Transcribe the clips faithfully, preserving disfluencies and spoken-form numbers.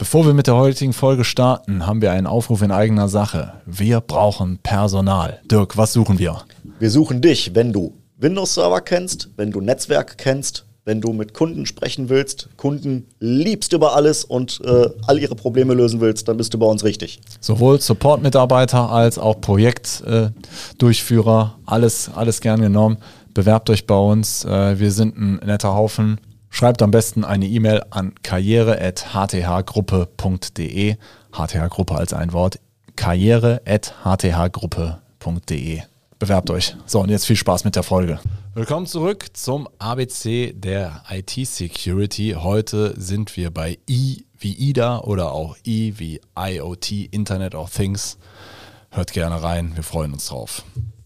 Bevor wir mit der heutigen Folge starten, haben wir einen Aufruf in eigener Sache. Wir brauchen Personal. Dirk, was suchen wir? Wir suchen dich, wenn du Windows-Server kennst, wenn du Netzwerk kennst, wenn du mit Kunden sprechen willst, Kunden liebst über alles und äh, all ihre Probleme lösen willst, dann bist du bei uns richtig. Sowohl Support-Mitarbeiter als auch Projektdurchführer, äh, alles, alles gern genommen. Bewerbt euch bei uns, äh, wir sind ein netter Haufen. Schreibt am besten eine E-Mail an karriere at h t h gruppe punkt d e. H T H-Gruppe als ein Wort. karriere at h t h gruppe punkt d e. Bewerbt euch. So, und jetzt viel Spaß mit der Folge. Willkommen zurück zum A B C der I T-Security. Heute sind wir bei I wie Ida oder auch I wie IoT, Internet of Things. Hört gerne rein, wir freuen uns drauf.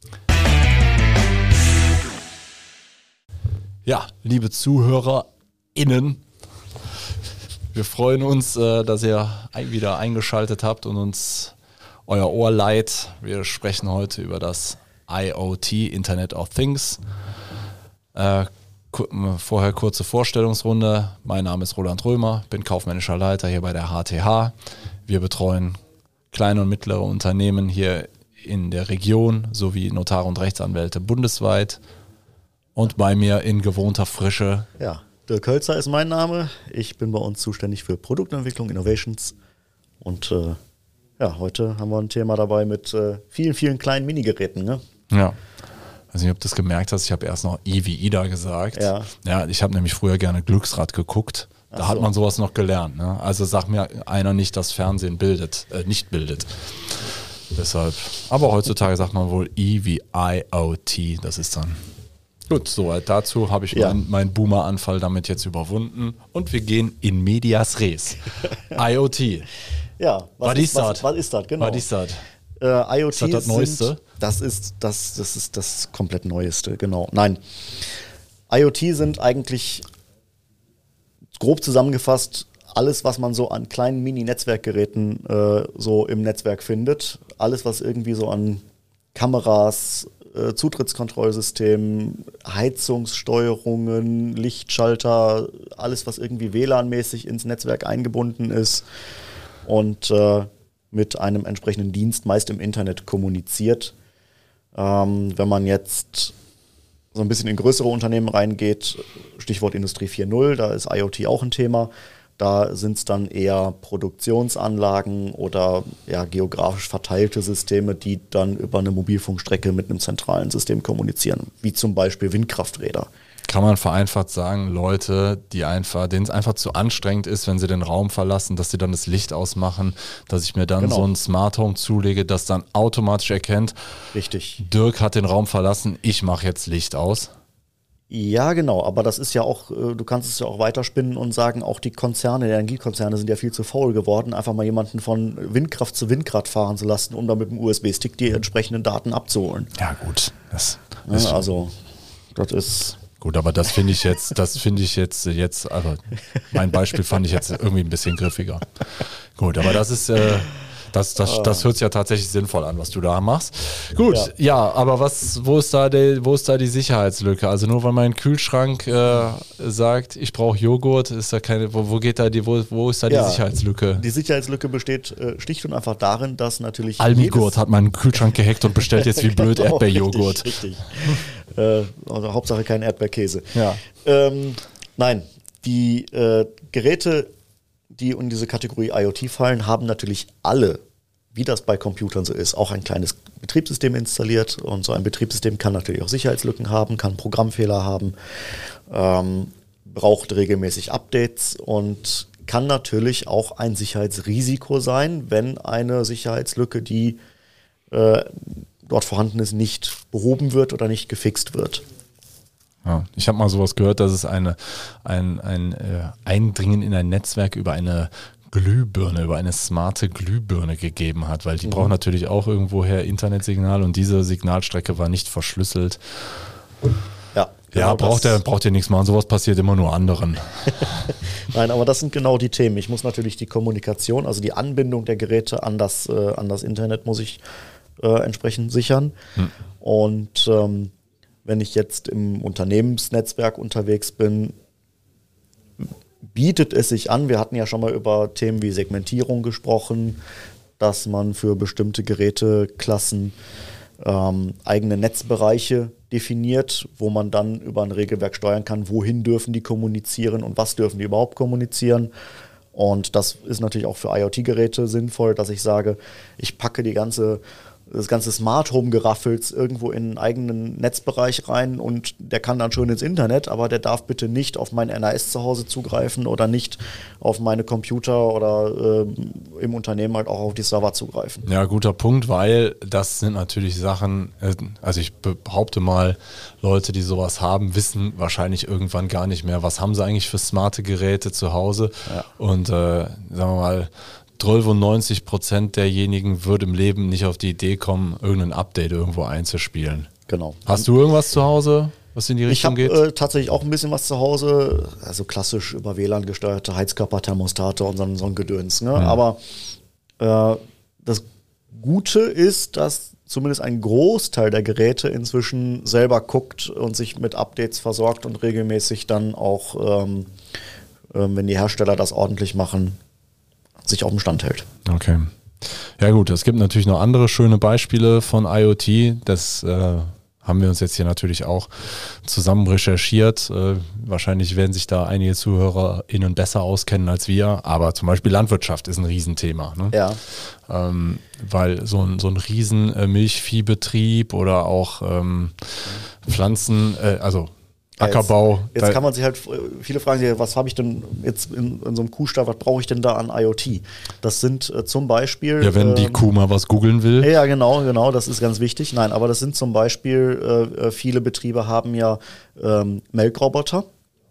Ja, liebe ZuhörerInnen, wir freuen uns, dass ihr wieder eingeschaltet habt und uns euer Ohr leiht. Wir sprechen heute über das IoT, Internet of Things. Äh, vorher kurze Vorstellungsrunde. Mein Name ist Roland Römer, bin kaufmännischer Leiter hier bei der H T H. Wir betreuen kleine und mittlere Unternehmen hier in der Region sowie Notare und Rechtsanwälte bundesweit. Und bei mir in gewohnter Frische. Ja, Dirk Hölzer ist mein Name. Ich bin bei uns zuständig für Produktentwicklung, Innovations. Und äh, ja, heute haben wir ein Thema dabei mit äh, vielen, vielen kleinen Minigeräten. Ne? Ja, ich weiß nicht, ob du das gemerkt hast. Ich habe erst noch I wie Ida gesagt. Ja, ja ich habe nämlich früher gerne Glücksrad geguckt. Da Ach hat so. man sowas noch gelernt. Ne? Also sag mir einer nicht, dass Fernsehen bildet, äh, nicht bildet. Deshalb. Aber heutzutage sagt man wohl I wie IoT. Das ist dann... Gut, soweit dazu habe ich Ja. meinen mein Boomer-Anfall damit jetzt überwunden und wir gehen in medias res. IoT. Ja, Was ist was, das? was ist das? Genau. Was ist das? Äh, IoT Ist das das Neueste? Sind, das ist das, das ist das komplett Neueste, genau. Nein, IoT sind eigentlich grob zusammengefasst alles, was man so an kleinen Mini-Netzwerkgeräten äh, so im Netzwerk findet. Alles, was irgendwie so an Kameras, äh, Zutrittskontrollsystemen, Heizungssteuerungen, Lichtschalter, alles, was irgendwie W L A N-mäßig ins Netzwerk eingebunden ist und äh, mit einem entsprechenden Dienst meist im Internet kommuniziert. Ähm, wenn man jetzt so ein bisschen in größere Unternehmen reingeht, Stichwort Industrie vier Punkt null, da ist IoT auch ein Thema. Da sind es dann eher Produktionsanlagen oder ja, geografisch verteilte Systeme, die dann über eine Mobilfunkstrecke mit einem zentralen System kommunizieren, wie zum Beispiel Windkrafträder. Kann man vereinfacht sagen, Leute, die einfach, denen es einfach zu anstrengend ist, wenn sie den Raum verlassen, dass sie dann das Licht ausmachen, dass ich mir dann Genau. so ein Smart Home zulege, das dann automatisch erkennt, Richtig. Dirk hat den Raum verlassen, ich mache jetzt Licht aus. Ja, genau, aber das ist ja auch, äh, du kannst es ja auch weiterspinnen und sagen, auch die Konzerne, die Energiekonzerne sind ja viel zu faul geworden, einfach mal jemanden von Windkraft zu Windkraft fahren zu lassen, um dann mit dem U S B-Stick die entsprechenden Daten abzuholen. Ja gut, das, das Ja, also, das ist... Gut, aber das finde ich jetzt, das finde ich jetzt, jetzt, also mein Beispiel fand ich jetzt irgendwie ein bisschen griffiger. Gut, aber das ist, äh, das, das, das hört sich ja tatsächlich sinnvoll an, was du da machst. Gut, ja, Ja. ja aber was, wo ist da die, wo ist da die Sicherheitslücke? Also nur weil mein Kühlschrank äh, sagt, ich brauche Joghurt, ist da keine, wo, wo geht da die, wo, wo ist da die Ja, Sicherheitslücke? Die Sicherheitslücke besteht äh, schlicht und einfach darin, dass natürlich Almigurt hat meinen Kühlschrank gehackt und bestellt jetzt wie blöd Genau, Erdbeerjoghurt. Richtig, richtig. äh, also Hauptsache kein Erdbeerkäse. Ja. Ähm, nein, die äh, Geräte, die in diese Kategorie IoT fallen, haben natürlich alle, wie das bei Computern so ist, auch ein kleines Betriebssystem installiert. Und so ein Betriebssystem kann natürlich auch Sicherheitslücken haben, kann Programmfehler haben, ähm, braucht regelmäßig Updates und kann natürlich auch ein Sicherheitsrisiko sein, wenn eine Sicherheitslücke, die äh, dort vorhanden ist, nicht behoben wird oder nicht gefixt wird. Ja, ich habe mal sowas gehört, dass es eine, ein, ein äh, Eindringen in ein Netzwerk über eine Glühbirne, über eine smarte Glühbirne gegeben hat, weil die Mhm. braucht natürlich auch irgendwoher Internetsignal und diese Signalstrecke war nicht verschlüsselt. Ja, Ja, genau braucht das. er braucht ihr nichts machen, sowas passiert immer nur anderen. Nein, aber das sind genau die Themen. Ich muss natürlich die Kommunikation, also die Anbindung der Geräte an das, äh, an das Internet muss ich äh, entsprechend sichern. Hm. Und ähm, wenn ich jetzt im Unternehmensnetzwerk unterwegs bin, bietet es sich an. Wir hatten ja schon mal über Themen wie Segmentierung gesprochen, dass man für bestimmte Geräteklassen ähm, eigene Netzbereiche definiert, wo man dann über ein Regelwerk steuern kann, wohin dürfen die kommunizieren und was dürfen die überhaupt kommunizieren. Und das ist natürlich auch für IoT-Geräte sinnvoll, dass ich sage, ich packe die ganze das ganze Smart Home Geraffels irgendwo in einen eigenen Netzbereich rein und der kann dann schön ins Internet, aber der darf bitte nicht auf mein N A S zu Hause zugreifen oder nicht auf meine Computer oder äh, im Unternehmen halt auch auf die Server zugreifen. Ja, guter Punkt, weil das sind natürlich Sachen, also ich behaupte mal, Leute, die sowas haben, wissen wahrscheinlich irgendwann gar nicht mehr, was haben sie eigentlich für smarte Geräte zu Hause. Ja. Und äh, sagen wir mal, neunzig Prozent derjenigen würde im Leben nicht auf die Idee kommen, irgendein Update irgendwo einzuspielen. Genau. Hast du irgendwas zu Hause, was in die Richtung ich geht? Ich habe äh, tatsächlich auch ein bisschen was zu Hause, also klassisch über W L A N gesteuerte Heizkörperthermostate und so, so ein Gedöns. Ne? Mhm. Aber äh, das Gute ist, dass zumindest ein Großteil der Geräte inzwischen selber guckt und sich mit Updates versorgt und regelmäßig dann auch, ähm, äh, wenn die Hersteller das ordentlich machen, sich auf dem Stand hält. Okay. Ja gut, es gibt natürlich noch andere schöne Beispiele von IoT. Das äh, haben wir uns jetzt hier natürlich auch zusammen recherchiert. Äh, wahrscheinlich werden sich da einige ZuhörerInnen besser auskennen als wir. Aber zum Beispiel Landwirtschaft ist ein Riesenthema. Ne? Ja. Ähm, weil so ein, so ein riesen äh, Milchviehbetrieb oder auch ähm, Pflanzen, äh, also Ackerbau. Jetzt, jetzt kann man sich halt, viele fragen sich, was habe ich denn jetzt in, in so einem Kuhstall, was brauche ich denn da an IoT? Das sind äh, zum Beispiel... Ja, wenn die ähm, Kuh mal was googeln will. Ja, genau, genau, das ist ganz wichtig. Nein, aber das sind zum Beispiel, äh, viele Betriebe haben ja ähm, Melkroboter.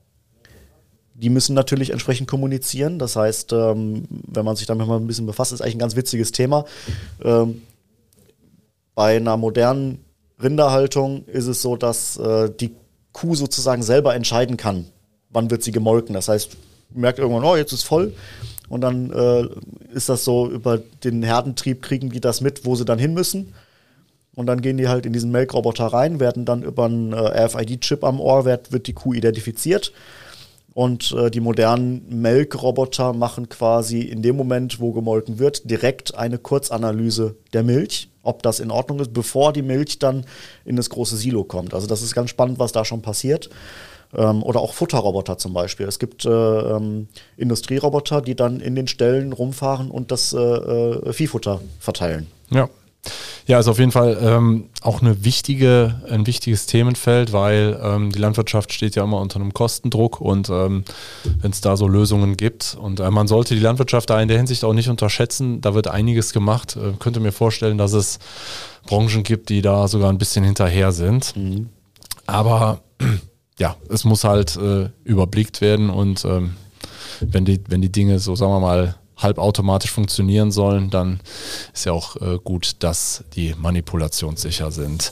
Die müssen natürlich entsprechend kommunizieren. Das heißt, ähm, wenn man sich damit mal ein bisschen befasst, ist eigentlich ein ganz witziges Thema. Ähm, bei einer modernen Rinderhaltung ist es so, dass äh, die Kuh sozusagen selber entscheiden kann, wann wird sie gemolken. Das heißt, merkt irgendwann, oh, jetzt ist voll. Und dann äh, ist das so, über den Herdentrieb kriegen die das mit, wo sie dann hin müssen. Und dann gehen die halt in diesen Melkroboter rein, werden dann über einen äh, R F I D-Chip am Ohr, wird, wird die Kuh identifiziert. Und äh, die modernen Melkroboter machen quasi in dem Moment, wo gemolken wird, direkt eine Kurzanalyse der Milch, ob das in Ordnung ist, bevor die Milch dann in das große Silo kommt. Also das ist ganz spannend, was da schon passiert. Ähm, oder auch Futterroboter zum Beispiel. Es gibt äh, ähm, Industrieroboter, die dann in den Ställen rumfahren und das äh, äh, Viehfutter verteilen. Ja. Ja, ist auf jeden Fall ähm, auch eine wichtige, ein wichtiges Themenfeld, weil ähm, die Landwirtschaft steht ja immer unter einem Kostendruck und ähm, wenn es da so Lösungen gibt und äh, man sollte die Landwirtschaft da in der Hinsicht auch nicht unterschätzen, da wird einiges gemacht. Äh, könnte mir vorstellen, dass es Branchen gibt, die da sogar ein bisschen hinterher sind. Mhm. Aber ja, es muss halt äh, überblickt werden und ähm, wenn die, wenn die Dinge so, sagen wir mal, halbautomatisch funktionieren sollen, dann ist ja auch äh, gut, dass die manipulationssicher sind.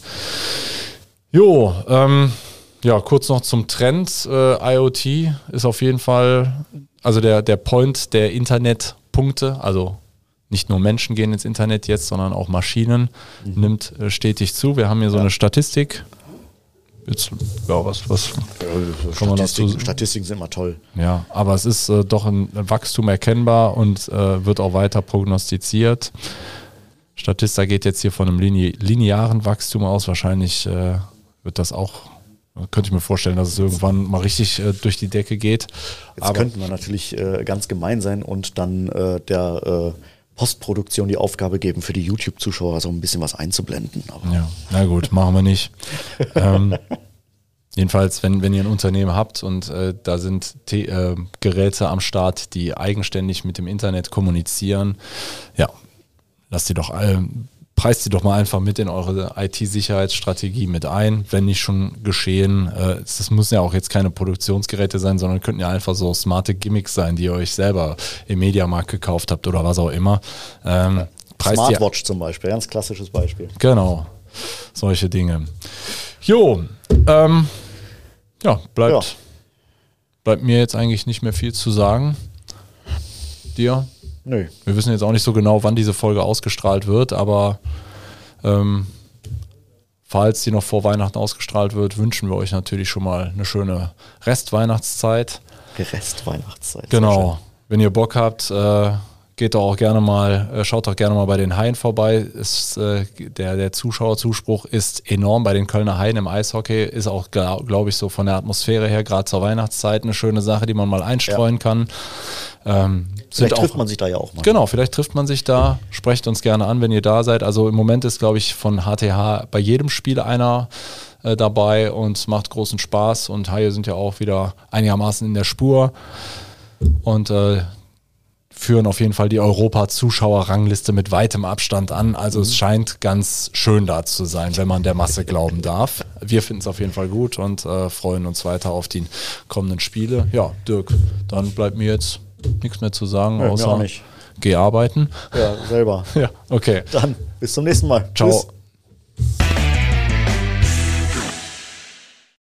Jo, ähm, ja, kurz noch zum Trend. Äh, IoT ist auf jeden Fall, also der, der Point der Internetpunkte, also nicht nur Menschen gehen ins Internet jetzt, sondern auch Maschinen, mhm. nimmt äh, stetig zu. Wir haben hier so ja. eine Statistik. Jetzt, ja, was, was ja, kann man dazu sagen? Statistiken sind immer toll. Ja, aber es ist äh, doch ein Wachstum erkennbar und äh, wird auch weiter prognostiziert. Statista geht jetzt hier von einem line- linearen Wachstum aus. Wahrscheinlich äh, wird das auch, könnte ich mir vorstellen, dass es irgendwann mal richtig äh, durch die Decke geht. Jetzt aber könnten wir natürlich äh, ganz gemein sein und dann äh, der äh, Postproduktion die Aufgabe geben, für die YouTube-Zuschauer so ein bisschen was einzublenden. Aber ja, na gut, machen wir nicht. ähm, jedenfalls, wenn, wenn ihr ein Unternehmen habt und äh, da sind T- äh, Geräte am Start, die eigenständig mit dem Internet kommunizieren, ja, lasst die doch, äh, preist die doch mal einfach mit in eure I T-Sicherheitsstrategie mit ein, wenn nicht schon geschehen. Äh, das müssen ja auch jetzt keine Produktionsgeräte sein, sondern könnten ja einfach so smarte Gimmicks sein, die ihr euch selber im Mediamarkt gekauft habt oder was auch immer. Ähm, ja. Smartwatch zum Beispiel, ganz klassisches Beispiel. Genau, solche Dinge. Jo, ähm, ja, bleibt, ja. bleibt mir jetzt eigentlich nicht mehr viel zu sagen. Dir? Nö. Wir wissen jetzt auch nicht so genau, wann diese Folge ausgestrahlt wird, aber ähm, falls die noch vor Weihnachten ausgestrahlt wird, wünschen wir euch natürlich schon mal eine schöne Restweihnachtszeit. Rest-Weihnachtszeit. Genau. Wenn ihr Bock habt, äh, geht doch auch gerne mal, äh, schaut doch gerne mal bei den Haien vorbei. Ist, äh, der, der Zuschauerzuspruch ist enorm bei den Kölner Haien im Eishockey. Ist auch, glaube glaub ich, so von der Atmosphäre her, gerade zur Weihnachtszeit, eine schöne Sache, die man mal einstreuen ja. kann. Ähm, vielleicht auch, trifft man sich da ja auch mal. Genau, vielleicht trifft man sich da. Sprecht uns gerne an, wenn ihr da seid. Also im Moment ist, glaube ich, von H T H bei jedem Spiel einer äh, dabei und macht großen Spaß. Und Haie sind ja auch wieder einigermaßen in der Spur. Und äh, führen auf jeden Fall die Europa-Zuschauer-Rangliste mit weitem Abstand an. Also mhm. es scheint ganz schön da zu sein, wenn man der Masse glauben darf. Wir finden es auf jeden Fall gut und äh, freuen uns weiter auf die kommenden Spiele. Ja, Dirk, dann bleibt mir jetzt nichts mehr zu sagen, ja, außer nicht. Geh arbeiten. Ja, selber. Ja, okay. Dann bis zum nächsten Mal. Ciao. Tschüss.